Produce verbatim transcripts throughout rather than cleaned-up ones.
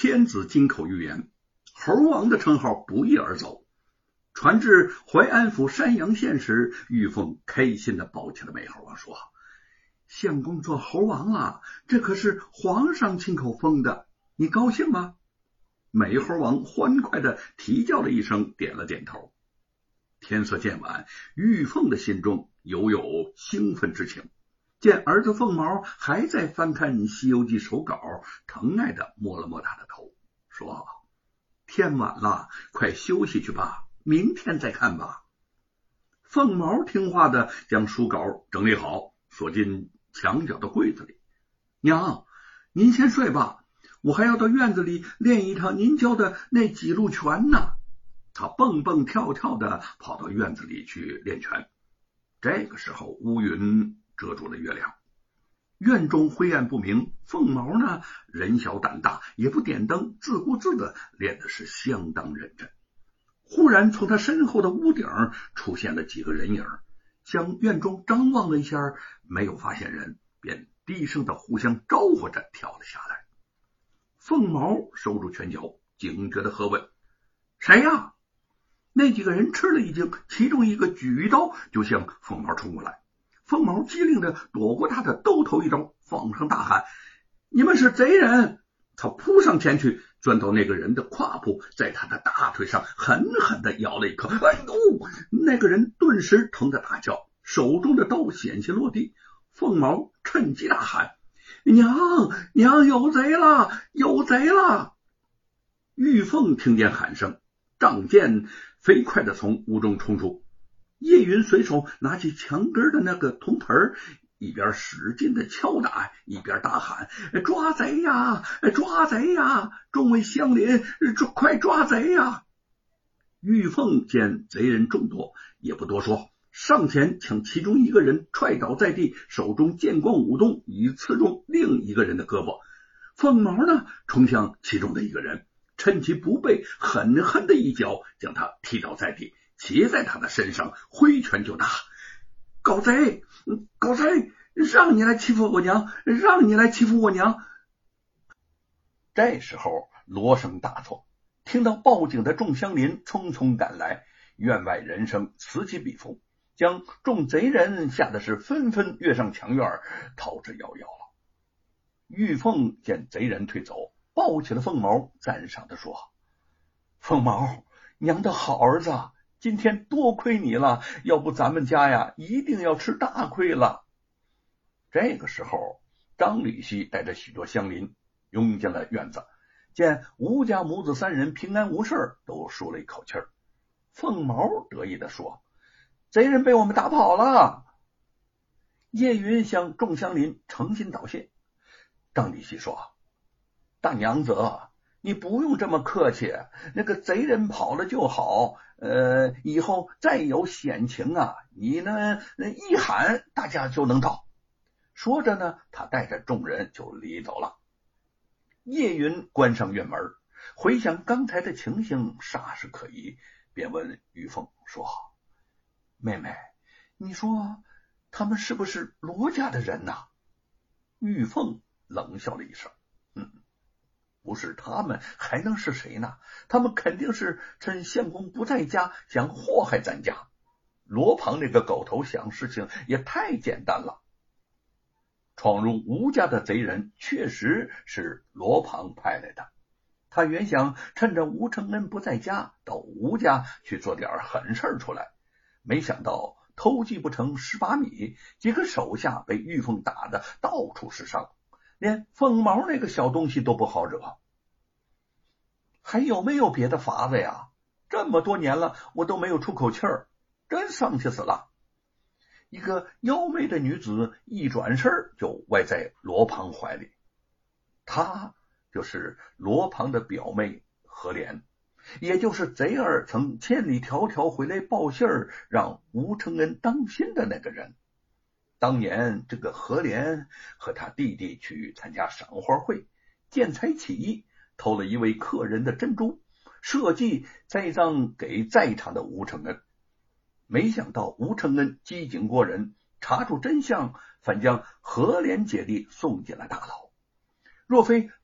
天子金口玉言，猴王的称号不翼而走。传至淮安府山阳县时，玉凤开心地抱起了美猴王，说：相公做猴王了，这可是皇上亲口封的，你高兴吗？美猴王欢快地啼叫了一声，点了点头。天色渐晚，玉凤的心中犹有兴奋之情，见儿子凤毛还在翻看《西游记》手稿，疼爱地摸了摸他的头，说：天晚了，快休息去吧，明天再看吧。凤毛听话的将书稿整理好，锁进墙角的柜子里。娘，您先睡吧，我还要到院子里练一趟您教的那几路拳呢。他蹦蹦跳跳的跑到院子里去练拳。这个时候，乌云遮住了月亮，院中灰暗不明。凤毛呢，人小胆大，也不点灯，自顾自的练的是相当认真。忽然从他身后的屋顶出现了几个人影，向院中张望了一下，没有发现人，便低声的互相招呼着跳了下来。凤毛收住拳脚，警觉的喝问：谁呀？那几个人吃了一惊，其中一个举刀就向凤毛冲过来。凤毛机灵的躲过他的兜头一刀，放声大喊：你们是贼人！他扑上前去，钻到那个人的胯部，在他的大腿上狠狠地咬了一口。哎呦！那个人顿时疼得大叫，手中的刀险些落地。凤毛趁机大喊：娘娘，有贼了，有贼了！玉凤听见喊声，仗剑飞快地从屋中冲出。叶云随手拿起墙根的那个铜盆，一边使劲的敲打，一边大喊：抓贼呀，抓贼呀！众位乡邻，快抓贼呀！玉凤见贼人众多，也不多说，上前将其中一个人踹倒在地，手中剑光舞动，以刺中另一个人的胳膊。凤毛呢，冲向其中的一个人，趁其不备，狠狠的一脚将他踢倒在地，骑在他的身上，挥拳就打。搞贼，搞贼，让你来欺负我娘，让你来欺负我娘！这时候锣声大作，听到报警的众乡邻匆匆赶来，院外人声此起彼伏，将众贼人吓得是纷纷跃上墙院，逃之夭夭了。玉凤见贼人退走，抱起了凤毛，赞赏地说：凤毛，娘的好儿子，今天多亏你了，要不咱们家呀一定要吃大亏了。这个时候，张李希带着许多乡邻涌进了院子，见吴家母子三人平安无事，都舒了一口气儿。凤毛得意地说：贼人被我们打跑了。叶云向众乡邻诚心道谢。张李希说：大娘子，你不用这么客气，那个贼人跑了就好，呃，以后再有险情啊，你呢一喊，大家就能到。说着呢，他带着众人就离走了。叶云关上院门，回想刚才的情形，煞是可疑，便问玉凤说：妹妹，你说他们是不是罗家的人呐？玉凤冷笑了一声：嗯，不是他们还能是谁呢？他们肯定是趁相公不在家，想祸害咱家。罗庞那个狗头想事情也太简单了。闯入吴家的贼人确实是罗庞派来的，他原想趁着吴承恩不在家，到吴家去做点狠事出来，没想到偷鸡不成蚀把米，几个手下被玉凤打得到处是伤，连凤毛那个小东西都不好惹。还有没有别的法子呀？这么多年了，我都没有出口气儿，真丧气死了。一个妖媚的女子一转身就歪在罗庞怀里，她就是罗庞的表妹何莲，也就是贼儿曾千里迢迢回来报信儿，让吴承恩当心的那个人。当年这个何莲和他弟弟去参加赏花会，见财起意，偷了一位客人的珍珠，设计栽赃给在场的吴承恩。没想到吴承恩机警过人，查出真相，反将何莲姐弟送进了大牢。若非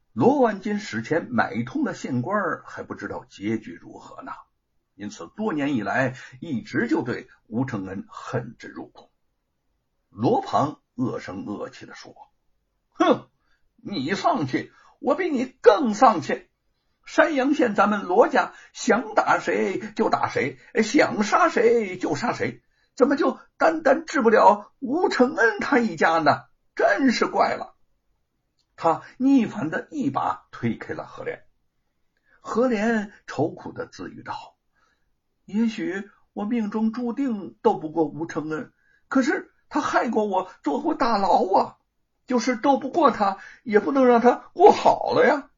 罗万金史前买通的县官还不知道结局如何呢，因此多年以来一直就对吴承恩恨之入骨。罗庞恶声恶气地说：哼，你丧气，我比你更丧气。山阳县咱们罗家想打谁就打谁，想杀谁就杀谁，怎么就单单治不了吴承恩他一家呢？真是怪了。他逆反的一把推开了何莲。何莲愁苦的自语道：也许我命中注定斗不过吴承恩，可是他害过我，坐过大牢啊，就是斗不过他，也不能让他过好了呀。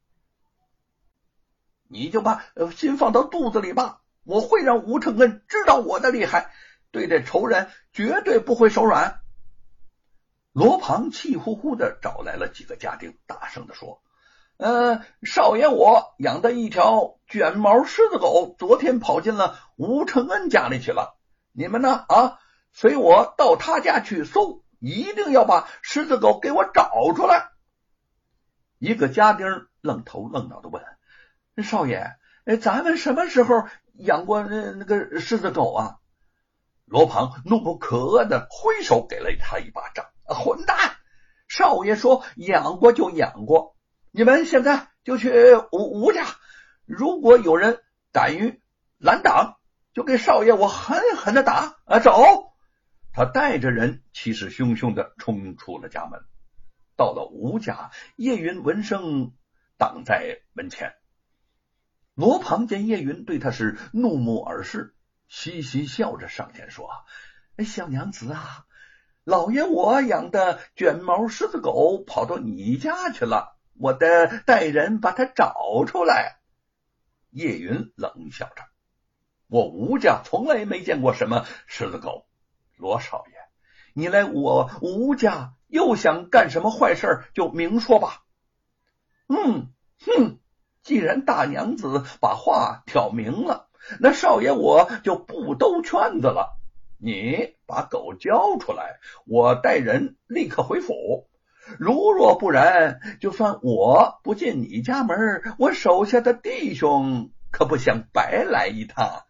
你就把心放到肚子里吧，我会让吴承恩知道我的厉害，对这仇人绝对不会手软。罗庞气呼呼的找来了几个家丁，大声的说：呃，少爷我养的一条卷毛狮子狗昨天跑进了吴承恩家里去了，你们呢啊，随我到他家去搜，一定要把狮子狗给我找出来。一个家丁愣头愣脑的问：少爷，咱们什么时候养过那个狮子狗啊？罗庞怒不可遏的挥手给了他一巴掌：混蛋！少爷说养过就养过，你们现在就去吴吴家，如果有人敢于拦挡，就给少爷我狠狠的打啊！走！他带着人气势汹汹的冲出了家门。到了吴家，叶云闻声挡在门前。罗庞见叶云对他是怒目而视，嘻嘻笑着上前说：小娘子啊，老爷我养的卷毛狮子狗跑到你家去了，我得带人把它找出来。叶云冷笑着：我吴家从来没见过什么狮子狗，罗少爷，你来我吴家又想干什么坏事，就明说吧。嗯哼，既然大娘子把话挑明了，那少爷我就不兜圈子了。你把狗交出来，我带人立刻回府，如若不然，就算我不进你家门，我手下的弟兄可不想白来一趟。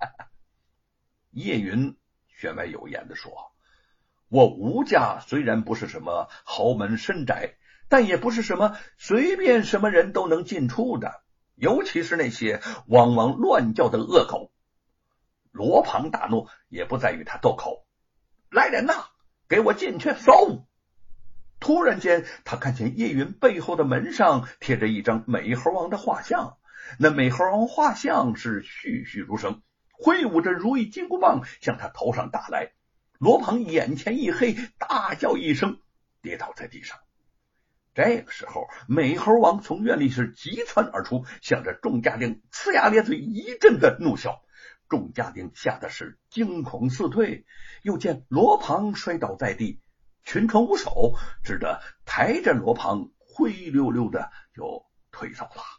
叶云弦外有言地说：我吴家虽然不是什么豪门深宅，但也不是什么随便什么人都能进出的，尤其是那些汪汪乱叫的恶狗。罗庞大怒，也不再与他斗口。来人呐，给我进去搜！突然间，他看见叶云背后的门上贴着一张美猴王的画像，那美猴王画像是栩栩如生，挥舞着如意金箍棒向他头上打来。罗庞眼前一黑，大叫一声，跌倒在地上。这个时候，美猴王从院里是急窜而出，向着众家丁呲牙咧嘴一阵的怒笑。众家丁吓得是惊恐四退，又见罗庞摔倒在地，群臣无首，只得抬着罗庞灰溜溜的就退走了。